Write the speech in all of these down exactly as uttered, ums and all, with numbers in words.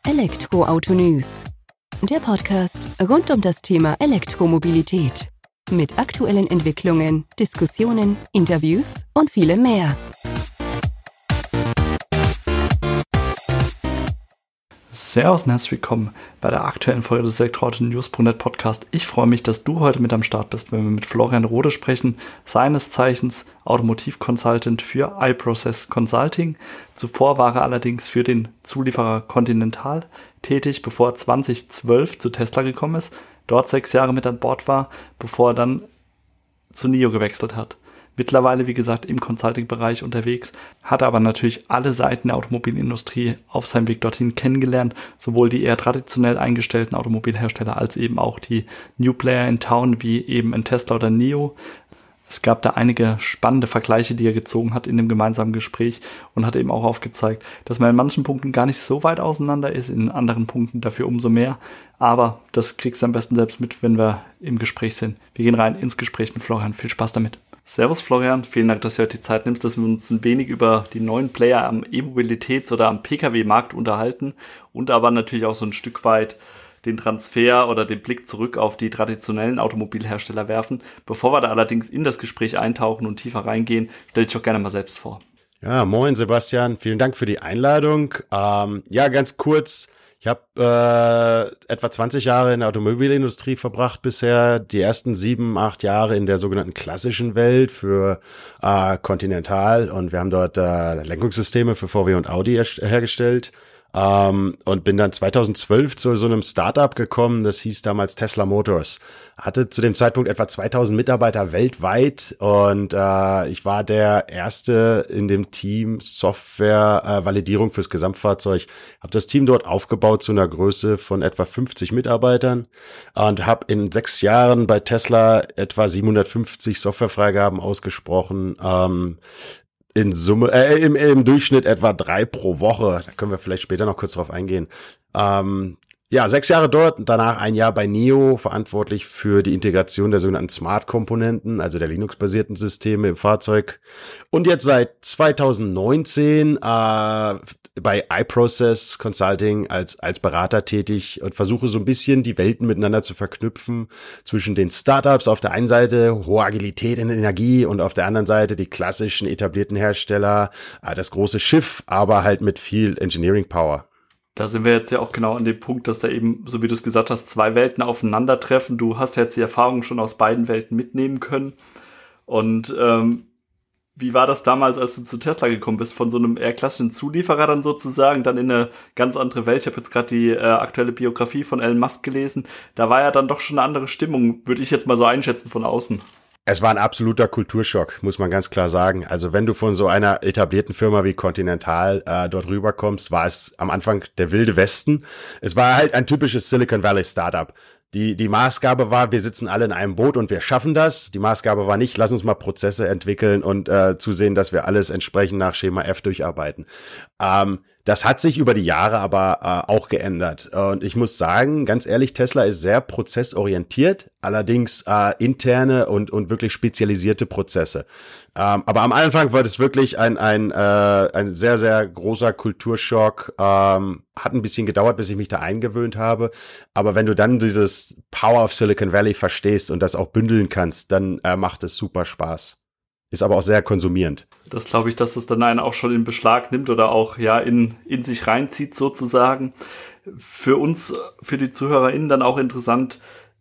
Elektroauto News, der Podcast rund um das Thema Elektromobilität. Mit aktuellen Entwicklungen, Diskussionen, Interviews und vielem mehr. Servus und herzlich willkommen bei der aktuellen Folge des Elektroauto News Punkt net Podcast. Ich freue mich, dass du heute mit am Start bist, wenn wir mit Florian Rode sprechen, seines Zeichens Automotiv-Consultant für iProcess Consulting. Zuvor war er allerdings für den Zulieferer Continental tätig, bevor er zwanzig zwölf zu Tesla gekommen ist, dort sechs Jahre mit an Bord war, bevor er dann zu N I O gewechselt hat. Mittlerweile, wie gesagt, im Consulting-Bereich unterwegs, hat aber natürlich alle Seiten der Automobilindustrie auf seinem Weg dorthin kennengelernt, sowohl die eher traditionell eingestellten Automobilhersteller als eben auch die New Player in Town, wie eben ein Tesla oder N I O. Es gab da einige spannende Vergleiche, die er gezogen hat in dem gemeinsamen Gespräch und hat eben auch aufgezeigt, dass man in manchen Punkten gar nicht so weit auseinander ist, in anderen Punkten dafür umso mehr. Aber das kriegst du am besten selbst mit, wenn wir im Gespräch sind. Wir gehen rein ins Gespräch mit Florian. Viel Spaß damit. Servus Florian, vielen Dank, dass du heute die Zeit nimmst, dass wir uns ein wenig über die neuen Player am E-Mobilitäts- oder am P K W-Markt unterhalten und aber natürlich auch so ein Stück weit den Transfer oder den Blick zurück auf die traditionellen Automobilhersteller werfen. Bevor wir da allerdings in das Gespräch eintauchen und tiefer reingehen, stell dich doch gerne mal selbst vor. Ja, moin Sebastian, vielen Dank für die Einladung. Ähm, ja, ganz kurz. Ich habe äh, etwa zwanzig Jahre in der Automobilindustrie verbracht bisher, die ersten sieben, acht Jahre in der sogenannten klassischen Welt für äh, Continental, und wir haben dort äh, Lenkungssysteme für V W und Audi her- hergestellt. Um, und bin dann zweitausendzwölf zu so einem Startup gekommen, das hieß damals Tesla Motors. Hatte zu dem Zeitpunkt etwa zweitausend Mitarbeiter weltweit und äh, ich war der Erste in dem Team Software-Validierung äh, fürs Gesamtfahrzeug. Habe das Team dort aufgebaut zu einer Größe von etwa fünfzig Mitarbeitern und habe in sechs Jahren bei Tesla etwa siebenhundertfünfzig Softwarefreigaben ausgesprochen. Ähm, In Summe, äh, im, im Durchschnitt etwa drei pro Woche. Da können wir vielleicht später noch kurz drauf eingehen. Ähm, ja, sechs Jahre dort und danach ein Jahr bei N I O, verantwortlich für die Integration der sogenannten Smart-Komponenten, also der Linux-basierten Systeme im Fahrzeug. Und jetzt seit zweitausendneunzehn äh, bei iProcess Consulting als als Berater tätig und versuche so ein bisschen die Welten miteinander zu verknüpfen, zwischen den Startups auf der einen Seite, hohe Agilität in Energie, und auf der anderen Seite die klassischen etablierten Hersteller, das große Schiff, aber halt mit viel Engineering Power. Da sind wir jetzt ja auch genau an dem Punkt, dass da eben, so wie du es gesagt hast, zwei Welten aufeinandertreffen. Du hast ja jetzt die Erfahrung schon aus beiden Welten mitnehmen können. Und ähm, wie war das damals, als du zu Tesla gekommen bist? Von so einem eher klassischen Zulieferer dann sozusagen, dann in eine ganz andere Welt. Ich habe jetzt gerade die äh, aktuelle Biografie von Elon Musk gelesen. Da war ja dann doch schon eine andere Stimmung, würde ich jetzt mal so einschätzen von außen. Es war ein absoluter Kulturschock, muss man ganz klar sagen. Also wenn du von so einer etablierten Firma wie Continental äh, dort rüberkommst, war es am Anfang der wilde Westen. Es war halt ein typisches Silicon Valley Startup. Die, die Maßgabe war, wir sitzen alle in einem Boot und wir schaffen das. Die Maßgabe war nicht, lass uns mal Prozesse entwickeln und äh, zusehen, dass wir alles entsprechend nach Schema F durcharbeiten. Ähm, das hat sich über die Jahre aber äh, auch geändert. Und ich muss sagen, ganz ehrlich, Tesla ist sehr prozessorientiert, allerdings äh, interne und und wirklich spezialisierte Prozesse. Ähm, aber am Anfang war das wirklich ein ein äh, ein sehr, sehr großer Kulturschock. Ähm, hat ein bisschen gedauert, bis ich mich da eingewöhnt habe. Aber wenn du dann dieses Power of Silicon Valley verstehst und das auch bündeln kannst, dann äh, macht es super Spaß. Ist aber auch sehr konsumierend. Das glaube ich, dass das dann einen auch schon in Beschlag nimmt oder auch ja in in sich reinzieht sozusagen. Für uns, für die ZuhörerInnen dann auch interessant,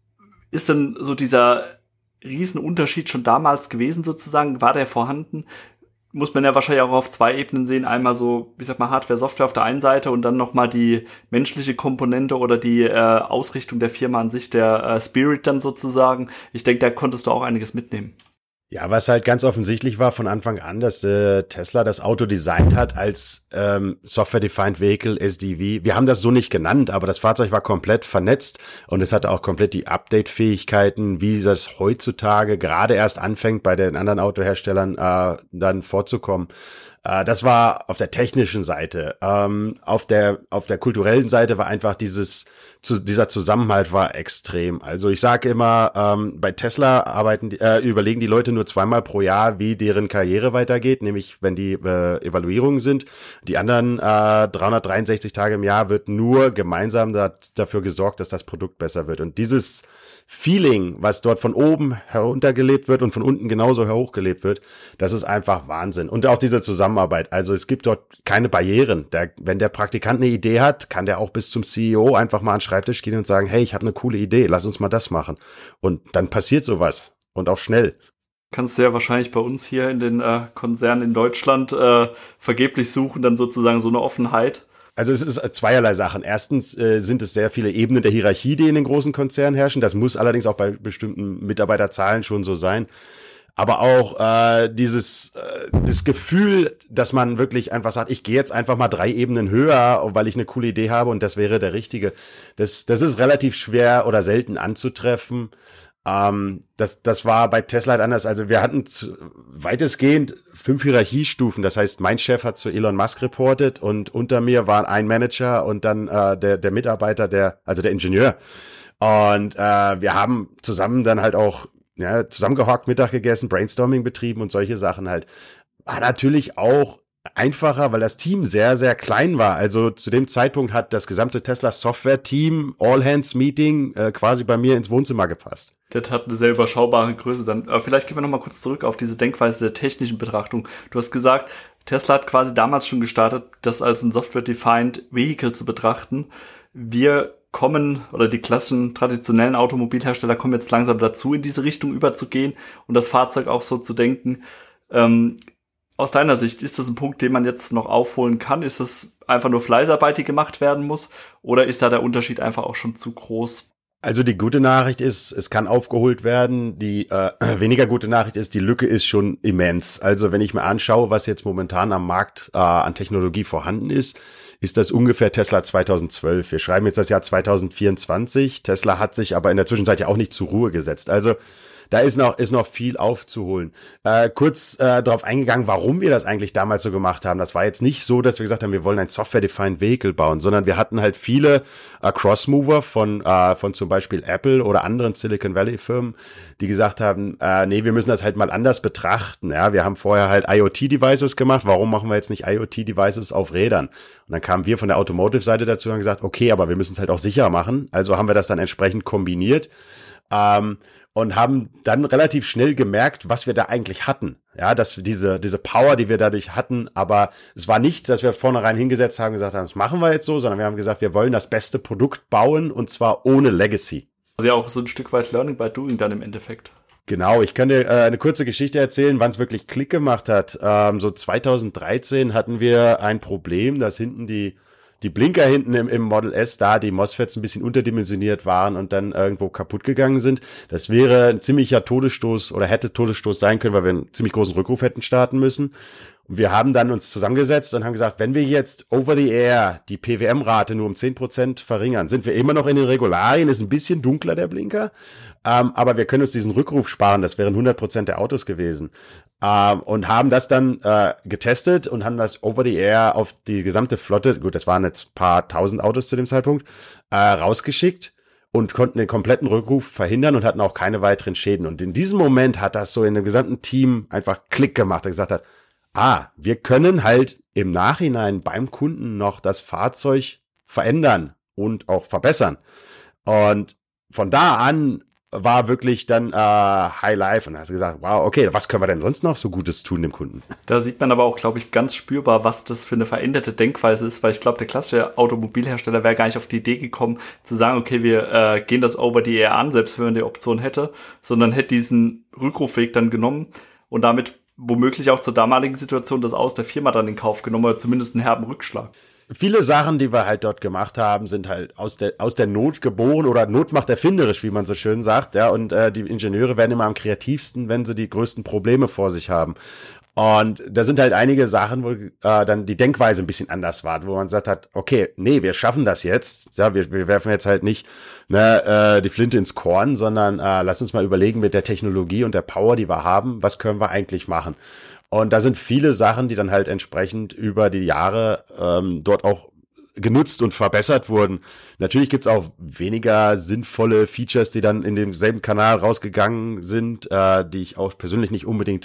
ist denn so dieser Riesenunterschied schon damals gewesen sozusagen? War der vorhanden? Muss man ja wahrscheinlich auch auf zwei Ebenen sehen. Einmal so, wie sagt man, Hardware, Software auf der einen Seite und dann nochmal die menschliche Komponente oder die äh, Ausrichtung der Firma an sich, der äh, Spirit dann sozusagen. Ich denke, da konntest du auch einiges mitnehmen. Ja, was halt ganz offensichtlich war von Anfang an, dass äh, Tesla das Auto designt hat als ähm, Software-Defined Vehicle, S D V. Wir haben das so nicht genannt, aber das Fahrzeug war komplett vernetzt und es hatte auch komplett die Update-Fähigkeiten, wie das heutzutage gerade erst anfängt, bei den anderen Autoherstellern äh, dann vorzukommen. Äh, das war auf der technischen Seite. Ähm, auf der auf der kulturellen Seite war einfach dieses zu, dieser Zusammenhalt war extrem. Also ich sage immer, ähm, bei Tesla arbeiten die, äh, überlegen die Leute nur zweimal pro Jahr, wie deren Karriere weitergeht, nämlich wenn die äh, Evaluierungen sind. Die anderen äh, dreihundertdreiundsechzig Tage im Jahr wird nur gemeinsam da, dafür gesorgt, dass das Produkt besser wird. Und dieses Feeling, was dort von oben heruntergelebt wird und von unten genauso hochgelebt wird, das ist einfach Wahnsinn. Und auch diese Zusammenarbeit. Also es gibt dort keine Barrieren. Der, wenn der Praktikant eine Idee hat, kann der auch bis zum C E O einfach mal an den Schreibtisch gehen und sagen, hey, ich habe eine coole Idee, lass uns mal das machen. Und dann passiert sowas. Und auch schnell. Kannst du ja wahrscheinlich bei uns hier in den äh, Konzernen in Deutschland äh, vergeblich suchen, dann sozusagen so eine Offenheit. Also es ist zweierlei Sachen. Erstens äh, sind es sehr viele Ebenen der Hierarchie, die in den großen Konzernen herrschen. Das muss allerdings auch bei bestimmten Mitarbeiterzahlen schon so sein. Aber auch äh, dieses äh, das Gefühl, dass man wirklich einfach sagt, ich gehe jetzt einfach mal drei Ebenen höher, weil ich eine coole Idee habe und das wäre der richtige. Das, das ist relativ schwer oder selten anzutreffen. Ähm, das, das war bei Tesla halt anders. Also wir hatten zu, weitestgehend fünf Hierarchiestufen. Das heißt, mein Chef hat zu Elon Musk reportet und unter mir war ein Manager und dann äh, der, der Mitarbeiter, der, also der Ingenieur. Und äh, wir haben zusammen dann halt auch ja, zusammengehockt, Mittag gegessen, Brainstorming betrieben und solche Sachen halt. War natürlich auch einfacher, weil das Team sehr, sehr klein war. Also zu dem Zeitpunkt hat das gesamte Tesla-Software-Team All-Hands-Meeting äh, quasi bei mir ins Wohnzimmer gepasst. Das hat eine sehr überschaubare Größe dann. Aber vielleicht gehen wir noch mal kurz zurück auf diese Denkweise der technischen Betrachtung. Du hast gesagt, Tesla hat quasi damals schon gestartet, das als ein Software-Defined Vehicle zu betrachten. Wir kommen, oder die klassischen traditionellen Automobilhersteller kommen jetzt langsam dazu, in diese Richtung überzugehen und das Fahrzeug auch so zu denken. Ähm, aus deiner Sicht, ist das ein Punkt, den man jetzt noch aufholen kann? Ist das einfach nur Fleißarbeit, die gemacht werden muss? Oder ist da der Unterschied einfach auch schon zu groß? Also die gute Nachricht ist, es kann aufgeholt werden. Die äh, weniger gute Nachricht ist, die Lücke ist schon immens. Also wenn ich mir anschaue, was jetzt momentan am Markt äh, an Technologie vorhanden ist, ist das ungefähr Tesla zweitausendzwölf. Wir schreiben jetzt das Jahr zweitausendvierundzwanzig. Tesla hat sich aber in der Zwischenzeit ja auch nicht zur Ruhe gesetzt. Also da ist noch ist noch viel aufzuholen. Äh, kurz äh, darauf eingegangen, warum wir das eigentlich damals so gemacht haben. Das war jetzt nicht so, dass wir gesagt haben, wir wollen ein Software-Defined Vehicle bauen, sondern wir hatten halt viele äh, Crossmover von äh, von zum Beispiel Apple oder anderen Silicon Valley Firmen, die gesagt haben, äh, nee, wir müssen das halt mal anders betrachten. Ja, wir haben vorher halt IoT-Devices gemacht. Warum machen wir jetzt nicht IoT-Devices auf Rädern? Und dann kamen wir von der Automotive-Seite dazu und haben gesagt, okay, aber wir müssen es halt auch sicher machen. Also haben wir das dann entsprechend kombiniert. Ähm, und haben dann relativ schnell gemerkt, was wir da eigentlich hatten. Ja, dass wir diese, diese Power, die wir dadurch hatten, aber es war nicht, dass wir vornherein hingesetzt haben und gesagt haben, das machen wir jetzt so, sondern wir haben gesagt, wir wollen das beste Produkt bauen und zwar ohne Legacy. Also ja auch so ein Stück weit Learning by Doing dann im Endeffekt. Genau, ich kann dir äh, eine kurze Geschichte erzählen, wann es wirklich Klick gemacht hat. Ähm, so zweitausenddreizehn hatten wir ein Problem, dass hinten die die Blinker hinten im, im Model S da, die MOSFETs ein bisschen unterdimensioniert waren und dann irgendwo kaputt gegangen sind. Das wäre ein ziemlicher Todesstoß oder hätte Todesstoß sein können, weil wir einen ziemlich großen Rückruf hätten starten müssen. Und wir haben dann uns zusammengesetzt und haben gesagt, wenn wir jetzt over the air die P W M-Rate nur um zehn Prozent verringern, sind wir immer noch in den Regularien, ist ein bisschen dunkler der Blinker, ähm, aber wir können uns diesen Rückruf sparen, das wären hundert Prozent der Autos gewesen. Ähm, und haben das dann äh, getestet und haben das over the air auf die gesamte Flotte, gut, das waren jetzt ein paar tausend Autos zu dem Zeitpunkt, äh, rausgeschickt und konnten den kompletten Rückruf verhindern und hatten auch keine weiteren Schäden. Und in diesem Moment hat das so in dem gesamten Team einfach Klick gemacht, der gesagt hat, ah, wir können halt im Nachhinein beim Kunden noch das Fahrzeug verändern und auch verbessern. Und von da an war wirklich dann äh, High Life und hast gesagt, wow, okay, was können wir denn sonst noch so Gutes tun dem Kunden? Da sieht man aber auch, glaube ich, ganz spürbar, was das für eine veränderte Denkweise ist, weil ich glaube, der klassische Automobilhersteller wäre gar nicht auf die Idee gekommen, zu sagen, okay, wir äh, gehen das over the air an, selbst wenn man die Option hätte, sondern hätte diesen Rückrufweg dann genommen und damit womöglich auch zur damaligen Situation das Aus der Firma dann in Kauf genommen oder zumindest einen herben Rückschlag. Viele Sachen, die wir halt dort gemacht haben, sind halt aus der aus der Not geboren oder Not macht erfinderisch, wie man so schön sagt, ja, und äh, die Ingenieure werden immer am kreativsten, wenn sie die größten Probleme vor sich haben. Und da sind halt einige Sachen, wo äh, dann die Denkweise ein bisschen anders war, wo man gesagt hat, okay, nee, wir schaffen das jetzt, ja, wir, wir werfen jetzt halt nicht ne, äh, die Flinte ins Korn, sondern äh, lass uns mal überlegen mit der Technologie und der Power, die wir haben, was können wir eigentlich machen? Und da sind viele Sachen, die dann halt entsprechend über die Jahre ähm, dort auch genutzt und verbessert wurden. Natürlich gibt's auch weniger sinnvolle Features, die dann in demselben Kanal rausgegangen sind, äh, die ich auch persönlich nicht unbedingt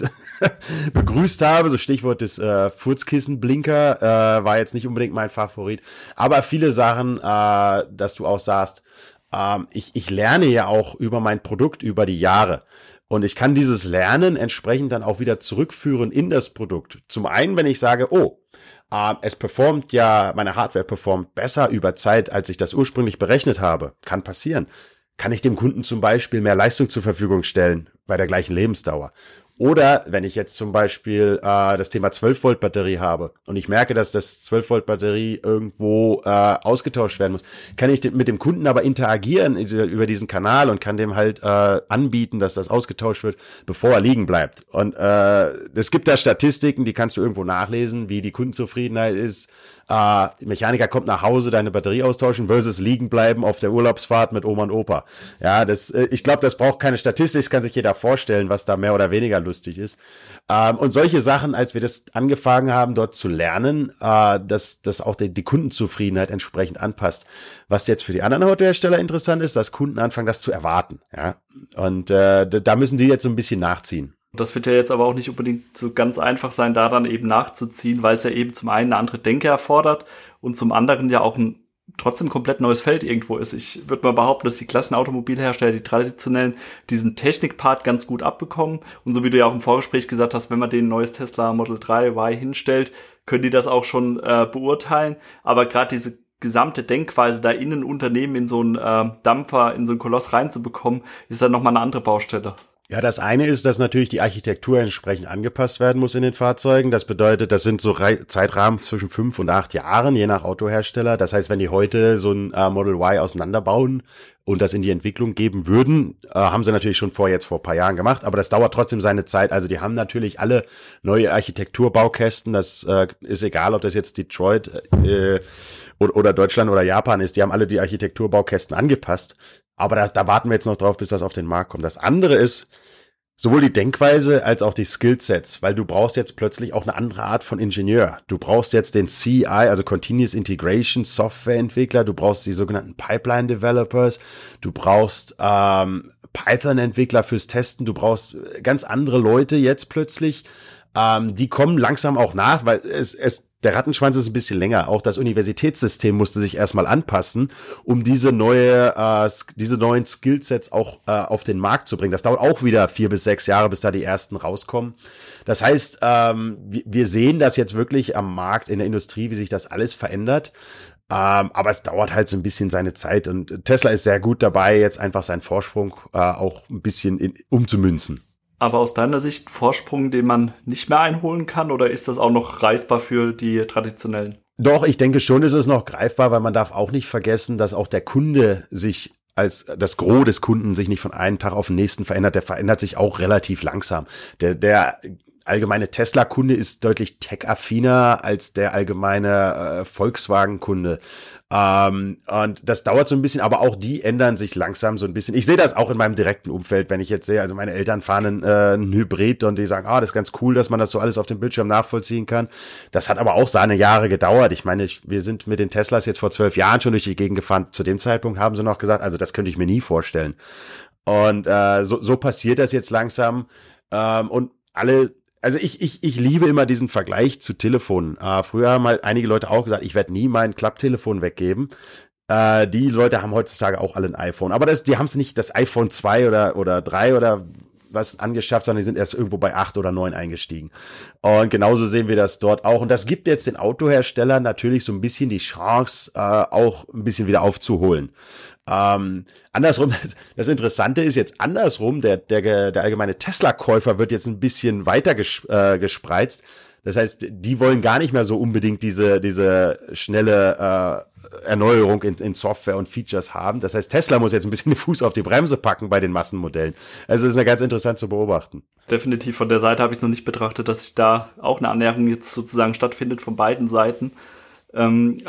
begrüßt habe. So Stichwort des äh, Furzkissen-Blinker äh, war jetzt nicht unbedingt mein Favorit. Aber viele Sachen, äh, dass du auch sagst, äh, ich, ich lerne ja auch über mein Produkt über die Jahre. Und ich kann dieses Lernen entsprechend dann auch wieder zurückführen in das Produkt. Zum einen, wenn ich sage, oh, äh, es performt ja, meine Hardware performt besser über Zeit, als ich das ursprünglich berechnet habe. Kann passieren. Kann ich dem Kunden zum Beispiel mehr Leistung zur Verfügung stellen bei der gleichen Lebensdauer? Oder wenn ich jetzt zum Beispiel äh, das Thema zwölf Volt Batterie habe und ich merke, dass das zwölf Volt Batterie irgendwo äh, ausgetauscht werden muss, kann ich mit dem Kunden aber interagieren über diesen Kanal und kann dem halt äh, anbieten, dass das ausgetauscht wird, bevor er liegen bleibt. Und äh, es gibt da Statistiken, die kannst du irgendwo nachlesen, wie die Kundenzufriedenheit ist. Äh, Mechaniker kommt nach Hause, deine Batterie austauschen versus liegen bleiben auf der Urlaubsfahrt mit Oma und Opa. Ja, das, äh, ich glaube, das braucht keine Statistik, das kann sich jeder vorstellen, was da mehr oder weniger lustig ist. Ähm, und solche Sachen, als wir das angefangen haben, dort zu lernen, äh, dass, dass auch die, die Kundenzufriedenheit entsprechend anpasst. Was jetzt für die anderen Autohersteller interessant ist, dass Kunden anfangen, das zu erwarten. Ja, und äh, da müssen die jetzt so ein bisschen nachziehen. Das wird ja jetzt aber auch nicht unbedingt so ganz einfach sein, da dann eben nachzuziehen, weil es ja eben zum einen eine andere Denke erfordert und zum anderen ja auch ein trotzdem komplett neues Feld irgendwo ist. Ich würde mal behaupten, dass die Klassenautomobilhersteller, die traditionellen, diesen Technikpart ganz gut abbekommen. Und so wie du ja auch im Vorgespräch gesagt hast, wenn man denen ein neues Tesla Model drei Y hinstellt, können die das auch schon äh, beurteilen. Aber gerade diese gesamte Denkweise, da in ein Unternehmen in so einen äh, Dampfer, in so einen Koloss reinzubekommen, ist dann nochmal eine andere Baustelle. Ja, das eine ist, dass natürlich die Architektur entsprechend angepasst werden muss in den Fahrzeugen. Das bedeutet, das sind so Re- Zeitrahmen zwischen fünf und acht Jahren, je nach Autohersteller. Das heißt, wenn die heute so ein äh, Model Y auseinanderbauen und das in die Entwicklung geben würden, äh, haben sie natürlich schon vor jetzt vor ein paar Jahren gemacht, aber das dauert trotzdem seine Zeit. Also die haben natürlich alle neue Architekturbaukästen. Das äh, ist egal, ob das jetzt Detroit äh, oder, oder Deutschland oder Japan ist. Die haben alle die Architekturbaukästen angepasst. Aber da, da warten wir jetzt noch drauf, bis das auf den Markt kommt. Das andere ist sowohl die Denkweise als auch die Skillsets, weil du brauchst jetzt plötzlich auch eine andere Art von Ingenieur. Du brauchst jetzt den C I, also Continuous Integration Softwareentwickler, du brauchst die sogenannten Pipeline Developers, du brauchst ähm, Python-Entwickler fürs Testen, du brauchst ganz andere Leute jetzt plötzlich. Ähm, die kommen langsam auch nach, weil es, es der Rattenschwanz ist ein bisschen länger. Auch das Universitätssystem musste sich erstmal anpassen, um diese neue, äh, diese neuen Skillsets auch äh, auf den Markt zu bringen. Das dauert auch wieder vier bis sechs Jahre, bis da die ersten rauskommen. Das heißt, ähm, wir, wir sehen das jetzt wirklich am Markt, in der Industrie, wie sich das alles verändert. Ähm, aber es dauert halt so ein bisschen seine Zeit und Tesla ist sehr gut dabei, jetzt einfach seinen Vorsprung äh, auch ein bisschen in, umzumünzen. Aber aus deiner Sicht Vorsprung, den man nicht mehr einholen kann, oder ist das auch noch reißbar für die Traditionellen? Doch, ich denke schon, ist es noch greifbar, weil man darf auch nicht vergessen, dass auch der Kunde sich als das Gros des Kunden sich nicht von einem Tag auf den nächsten verändert. Der verändert sich auch relativ langsam. Der, der allgemeine Tesla-Kunde ist deutlich tech-affiner als der allgemeine äh, Volkswagen-Kunde. Ähm, und das dauert so ein bisschen, aber auch die ändern sich langsam so ein bisschen. Ich sehe das auch in meinem direkten Umfeld, wenn ich jetzt sehe, also meine Eltern fahren einen, äh, einen Hybrid und die sagen, ah, das ist ganz cool, dass man das so alles auf dem Bildschirm nachvollziehen kann. Das hat aber auch seine Jahre gedauert. Ich meine, ich, wir sind mit den Teslas jetzt vor zwölf Jahren schon durch die Gegend gefahren. Zu dem Zeitpunkt haben sie noch gesagt, also das könnte ich mir nie vorstellen. Und äh, so, so passiert das jetzt langsam. Ähm, und alle Also ich, ich, ich liebe immer diesen Vergleich zu Telefonen. Äh, früher haben halt einige Leute auch gesagt, ich werde nie mein Klapptelefon weggeben. Äh, die Leute haben heutzutage auch alle ein iPhone. Aber das, die haben es nicht das iPhone zwei oder, oder drei oder was angeschafft, sondern die sind erst irgendwo bei acht oder neun eingestiegen. Und genauso sehen wir das dort auch. Und das gibt jetzt den Autoherstellern natürlich so ein bisschen die Chance, äh, auch ein bisschen wieder aufzuholen. Ähm, andersrum, das, das Interessante ist jetzt andersrum, der, der, der allgemeine Tesla-Käufer wird jetzt ein bisschen weiter ges, äh, gespreizt. Das heißt, die wollen gar nicht mehr so unbedingt diese, diese schnelle äh, Erneuerung in, in Software und Features haben. Das heißt, Tesla muss jetzt ein bisschen den Fuß auf die Bremse packen bei den Massenmodellen. Also das ist ja ganz interessant zu beobachten. Definitiv, von der Seite habe ich es noch nicht betrachtet, dass sich da auch eine Annäherung jetzt sozusagen stattfindet von beiden Seiten. Ähm, aber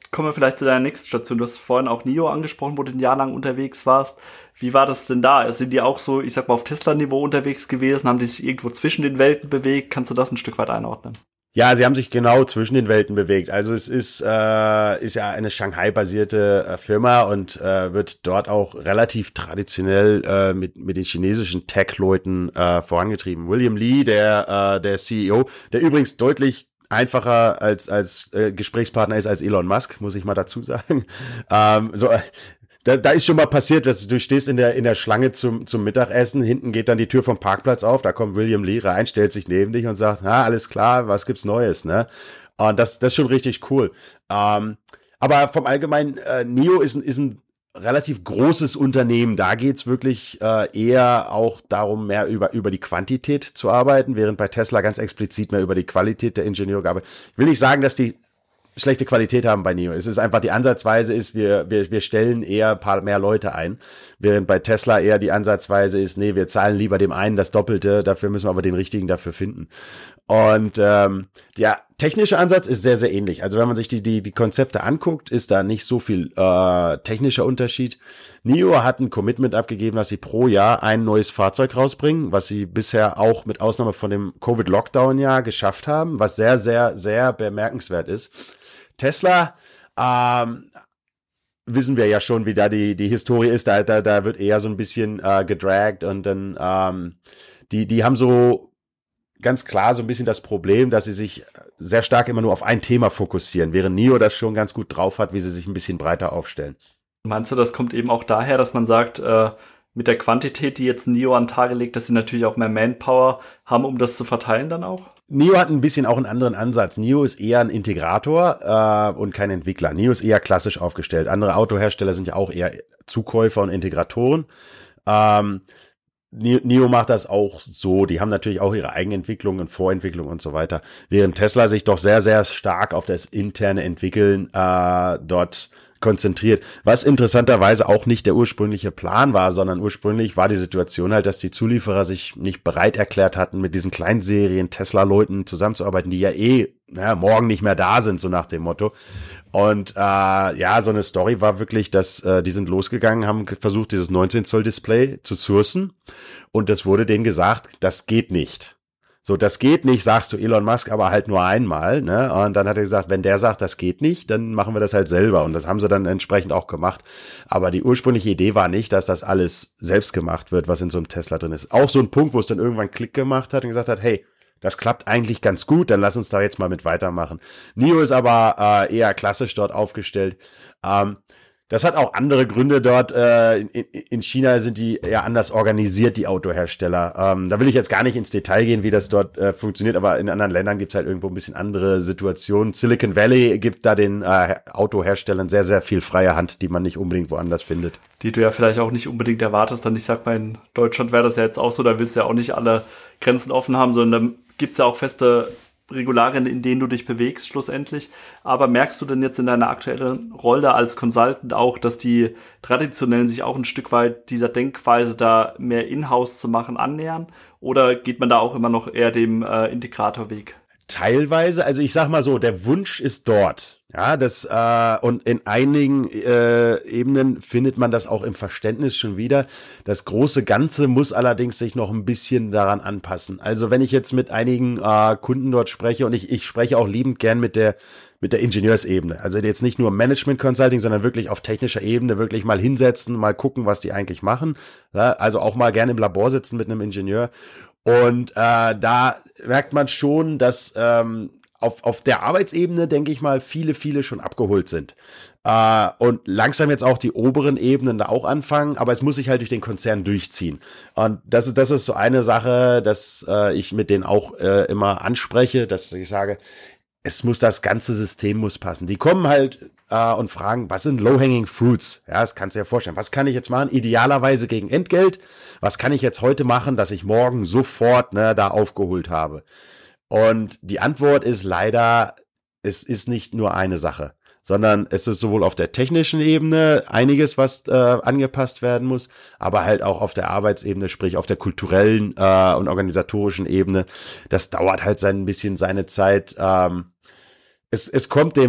kommen wir vielleicht zu deiner nächsten Station. Du hast vorhin auch NIO angesprochen, wo du ein Jahr lang unterwegs warst. Wie war das denn da? Sind die auch so, ich sag mal, auf Tesla-Niveau unterwegs gewesen? Haben die sich irgendwo zwischen den Welten bewegt? Kannst du das ein Stück weit einordnen? Ja, sie haben sich genau zwischen den Welten bewegt. Also es ist äh, ist ja eine Shanghai-basierte äh, Firma und äh, wird dort auch relativ traditionell äh, mit mit den chinesischen Tech-Leuten äh, vorangetrieben. William Li, der äh, der C E O, der übrigens deutlich einfacher als als äh, Gesprächspartner ist als Elon Musk, muss ich mal dazu sagen. ähm, so Da, da ist schon mal passiert, dass du stehst in der in der Schlange zum zum Mittagessen, hinten geht dann die Tür vom Parkplatz auf, da kommt William Li rein, stellt sich neben dich und sagt, na, alles klar, was gibt's Neues, ne? Und das das ist schon richtig cool. Ähm, aber vom Allgemeinen, äh, NIO ist ein ist ein relativ großes Unternehmen, da geht's wirklich äh, eher auch darum, mehr über über die Quantität zu arbeiten, während bei Tesla ganz explizit mehr über die Qualität der Ingenieure gearbeitet. Ich will nicht sagen, dass die schlechte Qualität haben bei NIO. Es ist einfach, die Ansatzweise ist, wir, wir, wir stellen eher ein paar mehr Leute ein, während bei Tesla eher die Ansatzweise ist, nee, wir zahlen lieber dem einen das Doppelte, dafür müssen wir aber den richtigen dafür finden. Und ähm, der technische Ansatz ist sehr, sehr ähnlich. Also wenn man sich die, die, die Konzepte anguckt, ist da nicht so viel äh, technischer Unterschied. NIO hat ein Commitment abgegeben, dass sie pro Jahr ein neues Fahrzeug rausbringen, was sie bisher auch mit Ausnahme von dem Covid-Lockdown-Jahr geschafft haben, was sehr, sehr, sehr bemerkenswert ist. Tesla, ähm, wissen wir ja schon, wie da die die Historie ist. Da da, da wird eher so ein bisschen äh, gedragt und dann ähm, die die haben so ganz klar so ein bisschen das Problem, dass sie sich sehr stark immer nur auf ein Thema fokussieren, während NIO das schon ganz gut drauf hat, wie sie sich ein bisschen breiter aufstellen. Meinst du, das kommt eben auch daher, dass man sagt, äh, mit der Quantität, die jetzt NIO an den Tag legt, dass sie natürlich auch mehr Manpower haben, um das zu verteilen dann auch? NIO hat ein bisschen auch einen anderen Ansatz. NIO ist eher ein Integrator äh, und kein Entwickler. NIO ist eher klassisch aufgestellt. Andere Autohersteller sind ja auch eher Zukäufer und Integratoren. Ähm, NIO macht das auch so. Die haben natürlich auch ihre Eigenentwicklung und Vorentwicklung und so weiter. Während Tesla sich doch sehr, sehr stark auf das interne Entwickeln äh, dort konzentriert, was interessanterweise auch nicht der ursprüngliche Plan war, sondern ursprünglich war die Situation halt, dass die Zulieferer sich nicht bereit erklärt hatten, mit diesen Kleinserien Tesla-Leuten zusammenzuarbeiten, die ja eh naja, morgen nicht mehr da sind, so nach dem Motto. Und äh, ja, so eine Story war wirklich, dass äh, die sind losgegangen, haben versucht, dieses neunzehn Zoll Display zu sourcen und es wurde denen gesagt, das geht nicht. So, das geht nicht, sagst du Elon Musk, aber halt nur einmal, ne? Und dann hat er gesagt, wenn der sagt, das geht nicht, dann machen wir das halt selber. Und das haben sie dann entsprechend auch gemacht. Aber die ursprüngliche Idee war nicht, dass das alles selbst gemacht wird, was in so einem Tesla drin ist. Auch so ein Punkt, wo es dann irgendwann Klick gemacht hat und gesagt hat, hey, das klappt eigentlich ganz gut, dann lass uns da jetzt mal mit weitermachen. NIO ist aber äh, eher klassisch dort aufgestellt. Ähm, Das hat auch andere Gründe dort. Äh, in, in China sind die eher anders organisiert, die Autohersteller. Ähm, da will ich jetzt gar nicht ins Detail gehen, wie das dort äh, funktioniert, aber in anderen Ländern gibt's halt irgendwo ein bisschen andere Situationen. Silicon Valley gibt da den äh, Autoherstellern sehr, sehr viel freie Hand, die man nicht unbedingt woanders findet. Die du ja vielleicht auch nicht unbedingt erwartest. Dann, ich sag mal, in Deutschland wäre das ja jetzt auch so, da willst du ja auch nicht alle Grenzen offen haben, sondern dann gibt's ja auch feste Regularien, in denen du dich bewegst schlussendlich. Aber merkst du denn jetzt in deiner aktuellen Rolle als Consultant auch, dass die Traditionellen sich auch ein Stück weit dieser Denkweise da mehr in-house zu machen annähern? Oder geht man da auch immer noch eher dem äh, Integratorweg? Teilweise, also ich sag mal so, der Wunsch ist dort. Ja, das äh, und in einigen äh, Ebenen findet man das auch im Verständnis schon wieder. Das große Ganze muss allerdings sich noch ein bisschen daran anpassen. Also wenn ich jetzt mit einigen äh, Kunden dort spreche und ich ich spreche auch liebend gern mit der mit der Ingenieursebene. Also jetzt nicht nur Management Consulting, sondern wirklich auf technischer Ebene wirklich mal hinsetzen, mal gucken, was die eigentlich machen. Ja, also auch mal gerne im Labor sitzen mit einem Ingenieur. Und äh, da merkt man schon, dass ähm, auf auf der Arbeitsebene, denke ich mal, viele, viele schon abgeholt sind. Äh, und langsam jetzt auch die oberen Ebenen da auch anfangen, aber es muss sich halt durch den Konzern durchziehen. Und das ist, das ist so eine Sache, dass äh, ich mit denen auch äh, immer anspreche, dass ich sage, es muss das ganze System muss passen. Die kommen halt äh, und fragen, was sind Low-Hanging Fruits? Ja, das kannst du dir vorstellen. Was kann ich jetzt machen? Idealerweise gegen Entgelt. Was kann ich jetzt heute machen, dass ich morgen sofort ne, da aufgeholt habe? Und die Antwort ist leider, es ist nicht nur eine Sache, sondern es ist sowohl auf der technischen Ebene einiges, was äh, angepasst werden muss, aber halt auch auf der Arbeitsebene, sprich auf der kulturellen äh, und organisatorischen Ebene. Das dauert halt sein, ein bisschen seine Zeit. Ähm, es, es kommt dem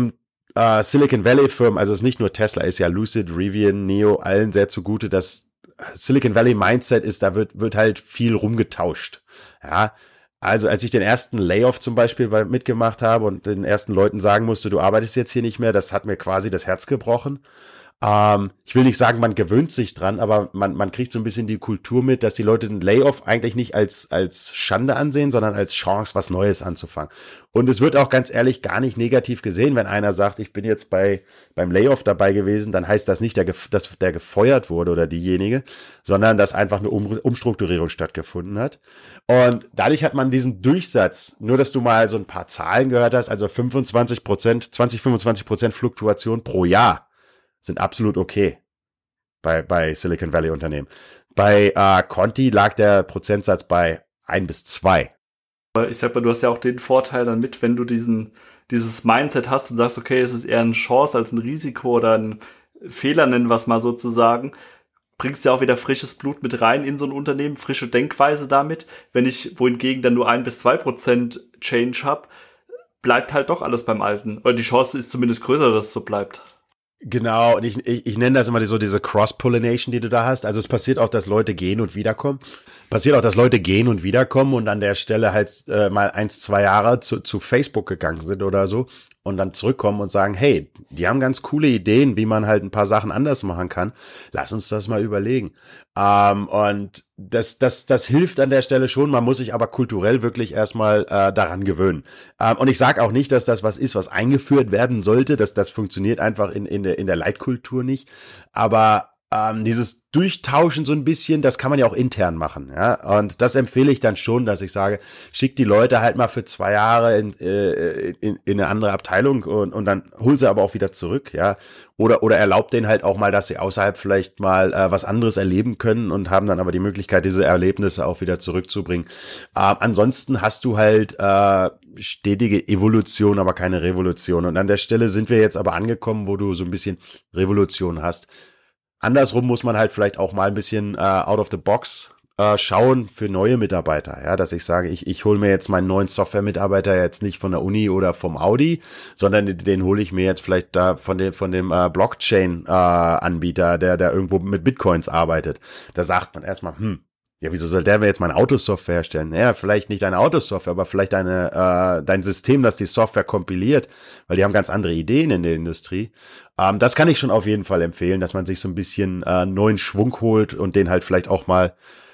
äh, Silicon Valley Firmen, also es ist nicht nur Tesla, ist ja Lucid, Rivian, Neo, allen sehr zugute, dass Silicon Valley Mindset ist, da wird, wird halt viel rumgetauscht. Ja. Also als ich den ersten Layoff zum Beispiel bei, mitgemacht habe und den ersten Leuten sagen musste, du arbeitest jetzt hier nicht mehr, das hat mir quasi das Herz gebrochen. Ähm, ich will nicht sagen, man gewöhnt sich dran, aber man, man kriegt so ein bisschen die Kultur mit, dass die Leute den Layoff eigentlich nicht als, als Schande ansehen, sondern als Chance, was Neues anzufangen. Und es wird auch ganz ehrlich gar nicht negativ gesehen, wenn einer sagt, ich bin jetzt bei, beim Layoff dabei gewesen, dann heißt das nicht, der, dass der gefeuert wurde oder diejenige, sondern dass einfach eine um, Umstrukturierung stattgefunden hat. Und dadurch hat man diesen Durchsatz, nur dass du mal so ein paar Zahlen gehört hast, also fünfundzwanzig Prozent, zwanzig, fünfundzwanzig Prozent Fluktuation pro Jahr sind absolut okay bei, bei Silicon Valley Unternehmen. Bei äh, Conti lag der Prozentsatz bei ein bis zwei. Ich sag mal, du hast ja auch den Vorteil dann mit, wenn du diesen, dieses Mindset hast und sagst, okay, es ist eher eine Chance als ein Risiko oder ein Fehler, nennen wir es mal sozusagen, bringst ja auch wieder frisches Blut mit rein in so ein Unternehmen, frische Denkweise damit. Wenn ich wohingegen dann nur ein bis zwei Prozent Change habe, bleibt halt doch alles beim Alten. Oder die Chance ist zumindest größer, dass es so bleibt. Genau, und ich, ich, ich nenne das immer so diese Cross-Pollination, die du da hast. Also es passiert auch, dass Leute gehen und wiederkommen. Passiert auch, dass Leute gehen und wiederkommen und an der Stelle halt äh, mal eins, zwei Jahre zu, zu Facebook gegangen sind oder so und dann zurückkommen und sagen, hey, die haben ganz coole Ideen, wie man halt ein paar Sachen anders machen kann. Lass uns das mal überlegen. Ähm, und das, das, das hilft an der Stelle schon. Man muss sich aber kulturell wirklich erstmal äh, daran gewöhnen. Ähm, und ich sage auch nicht, dass das was ist, was eingeführt werden sollte. Das, das funktioniert einfach in, in der, in der Leitkultur nicht. Aber Ähm, dieses Durchtauschen so ein bisschen, das kann man ja auch intern machen, ja, und das empfehle ich dann schon, dass ich sage, schick die Leute halt mal für zwei Jahre in, äh, in, in eine andere Abteilung und, und dann hol sie aber auch wieder zurück, ja, oder oder erlaubt denen halt auch mal, dass sie außerhalb vielleicht mal äh, was anderes erleben können und haben dann aber die Möglichkeit, diese Erlebnisse auch wieder zurückzubringen. Ähm, ansonsten hast du halt äh, stetige Evolution, aber keine Revolution, und an der Stelle sind wir jetzt aber angekommen, wo du so ein bisschen Revolution hast. Andersrum muss man halt vielleicht auch mal ein bisschen äh, out of the box äh, schauen für neue Mitarbeiter, ja, dass ich sage, ich ich hole mir jetzt meinen neuen Software-Mitarbeiter jetzt nicht von der Uni oder vom Audi, sondern den, den hole ich mir jetzt vielleicht da von dem von dem äh, Blockchain-Anbieter, äh, der der irgendwo mit Bitcoins arbeitet. Da sagt man erstmal, hm, ja, wieso soll der mir jetzt meine Autosoftware herstellen? Naja, vielleicht nicht deine Autosoftware, aber vielleicht deine, äh, dein System, das die Software kompiliert, weil die haben ganz andere Ideen in der Industrie. Ähm, das kann ich schon auf jeden Fall empfehlen, dass man sich so ein bisschen äh, neuen Schwung holt und den halt vielleicht auch mal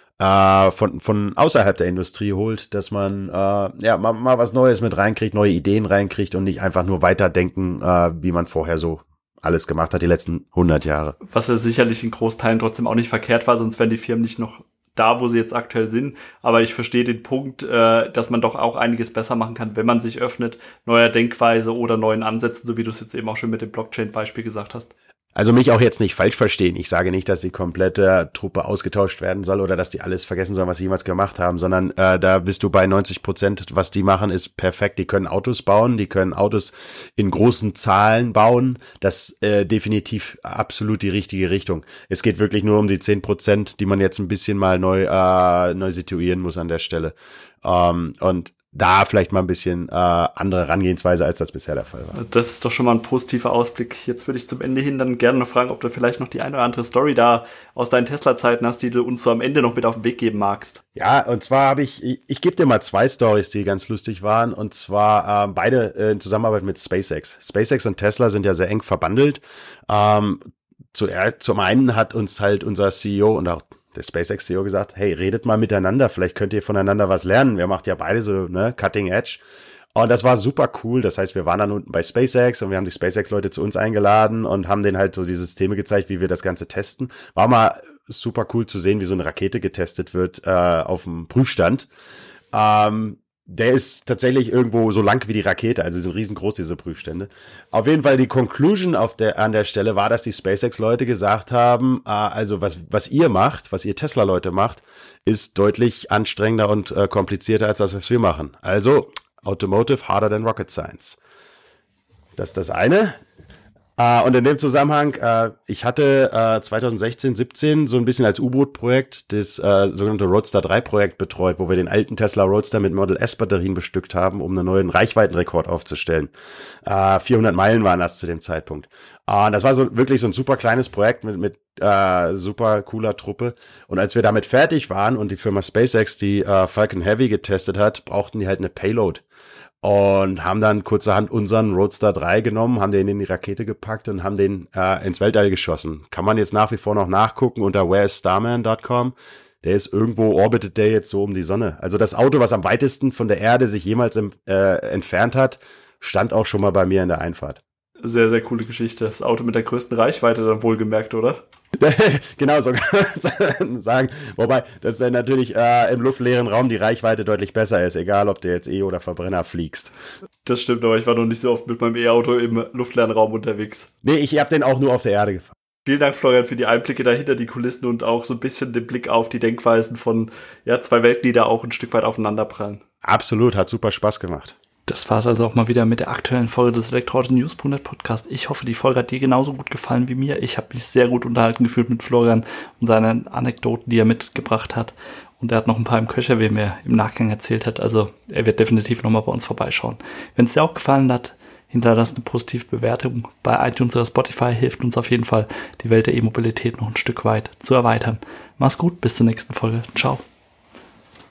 äh, von von außerhalb der Industrie holt, dass man äh, ja mal, mal was Neues mit reinkriegt, neue Ideen reinkriegt und nicht einfach nur weiterdenken, äh, wie man vorher so alles gemacht hat, die letzten hundert Jahre. Was ja sicherlich in Großteilen trotzdem auch nicht verkehrt war, sonst wären die Firmen nicht noch da, wo sie jetzt aktuell sind. Aber ich verstehe den Punkt, äh, dass man doch auch einiges besser machen kann, wenn man sich öffnet, neuer Denkweise oder neuen Ansätzen, so wie du es jetzt eben auch schon mit dem Blockchain-Beispiel gesagt hast. Also mich auch jetzt nicht falsch verstehen. Ich sage nicht, dass die komplette Truppe ausgetauscht werden soll oder dass die alles vergessen sollen, was sie jemals gemacht haben, sondern äh, da bist du bei neunzig Prozent. Was die machen, ist perfekt. Die können Autos bauen, die können Autos in großen Zahlen bauen. Das äh, definitiv absolut die richtige Richtung. Es geht wirklich nur um die zehn Prozent, die man jetzt ein bisschen mal neu äh, neu situieren muss an der Stelle. Ähm, und da vielleicht mal ein bisschen äh, andere Herangehensweise, als das bisher der Fall war. Das ist doch schon mal ein positiver Ausblick. Jetzt würde ich zum Ende hin dann gerne noch fragen, ob du vielleicht noch die eine oder andere Story da aus deinen Tesla-Zeiten hast, die du uns so am Ende noch mit auf den Weg geben magst. Ja, und zwar habe ich, ich, ich gebe dir mal zwei Stories, die ganz lustig waren, und zwar äh, beide äh, in Zusammenarbeit mit SpaceX. SpaceX und Tesla sind ja sehr eng verbandelt. Ähm, zu, zum einen hat uns halt unser C E O und auch der SpaceX-C E O gesagt, hey, redet mal miteinander, vielleicht könnt ihr voneinander was lernen. Wir macht ja beide so, ne, Cutting Edge. Und das war super cool. Das heißt, wir waren dann unten bei SpaceX und wir haben die SpaceX-Leute zu uns eingeladen und haben denen halt so die Systeme gezeigt, wie wir das Ganze testen. War mal super cool zu sehen, wie so eine Rakete getestet wird äh, auf dem Prüfstand. Ähm, Der ist tatsächlich irgendwo so lang wie die Rakete, also die sind riesengroß, diese Prüfstände. Auf jeden Fall die Conclusion auf der, an der Stelle war, dass die SpaceX-Leute gesagt haben, äh, also was, was ihr macht, was ihr Tesla-Leute macht, ist deutlich anstrengender und äh, komplizierter als das, was wir machen. Also Automotive harder than Rocket Science. Das ist das eine. Uh, und in dem Zusammenhang, uh, ich hatte uh, zwanzig sechzehn, siebzehn so ein bisschen als U-Boot-Projekt das uh, sogenannte Roadster drei Projekt betreut, wo wir den alten Tesla Roadster mit Model S-Batterien bestückt haben, um einen neuen Reichweitenrekord aufzustellen. Uh, vierhundert Meilen waren das zu dem Zeitpunkt. Uh, und das war so wirklich so ein super kleines Projekt mit, mit uh, super cooler Truppe. Und als wir damit fertig waren und die Firma SpaceX die uh, Falcon Heavy getestet hat, brauchten die halt eine Payload. Und haben dann kurzerhand unseren Roadster drei genommen, haben den in die Rakete gepackt und haben den äh, ins Weltall geschossen. Kann man jetzt nach wie vor noch nachgucken unter where is starman dot com. Der ist irgendwo, orbitet der jetzt so um die Sonne. Also das Auto, was am weitesten von der Erde sich jemals im, äh, entfernt hat, stand auch schon mal bei mir in der Einfahrt. Sehr, sehr coole Geschichte. Das Auto mit der größten Reichweite dann wohlgemerkt, oder? Genau, so kann man sagen. Wobei, dass dann natürlich äh, im luftleeren Raum die Reichweite deutlich besser ist, egal ob du jetzt E- oder Verbrenner fliegst. Das stimmt, aber ich war noch nicht so oft mit meinem E-Auto im luftleeren Raum unterwegs. Nee, ich hab den auch nur auf der Erde gefahren. Vielen Dank, Florian, für die Einblicke dahinter die Kulissen und auch so ein bisschen den Blick auf die Denkweisen von ja, zwei Welten, die da auch ein Stück weit aufeinanderprallen. Absolut, hat super Spaß gemacht. Das war es also auch mal wieder mit der aktuellen Folge des Elektroauto-News Punkt net Podcast. Ich hoffe, die Folge hat dir genauso gut gefallen wie mir. Ich habe mich sehr gut unterhalten gefühlt mit Florian und seinen Anekdoten, die er mitgebracht hat. Und er hat noch ein paar im Köcher, wie er mir im Nachgang erzählt hat. Also er wird definitiv nochmal bei uns vorbeischauen. Wenn es dir auch gefallen hat, hinterlasst eine positive Bewertung bei iTunes oder Spotify. Hilft uns auf jeden Fall, die Welt der E-Mobilität noch ein Stück weit zu erweitern. Mach's gut, bis zur nächsten Folge. Ciao.